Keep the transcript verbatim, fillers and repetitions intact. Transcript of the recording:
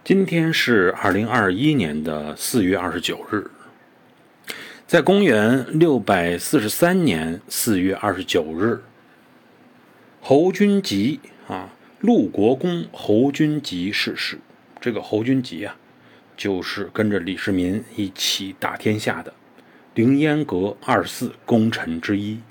今天是二零二一年的四月二十九日，在公元六百四十三年四月二十九日，侯君集啊，陆国公侯君集逝世。这个侯君集啊，就是跟着李世民一起打天下的凌烟阁二十四功臣之一。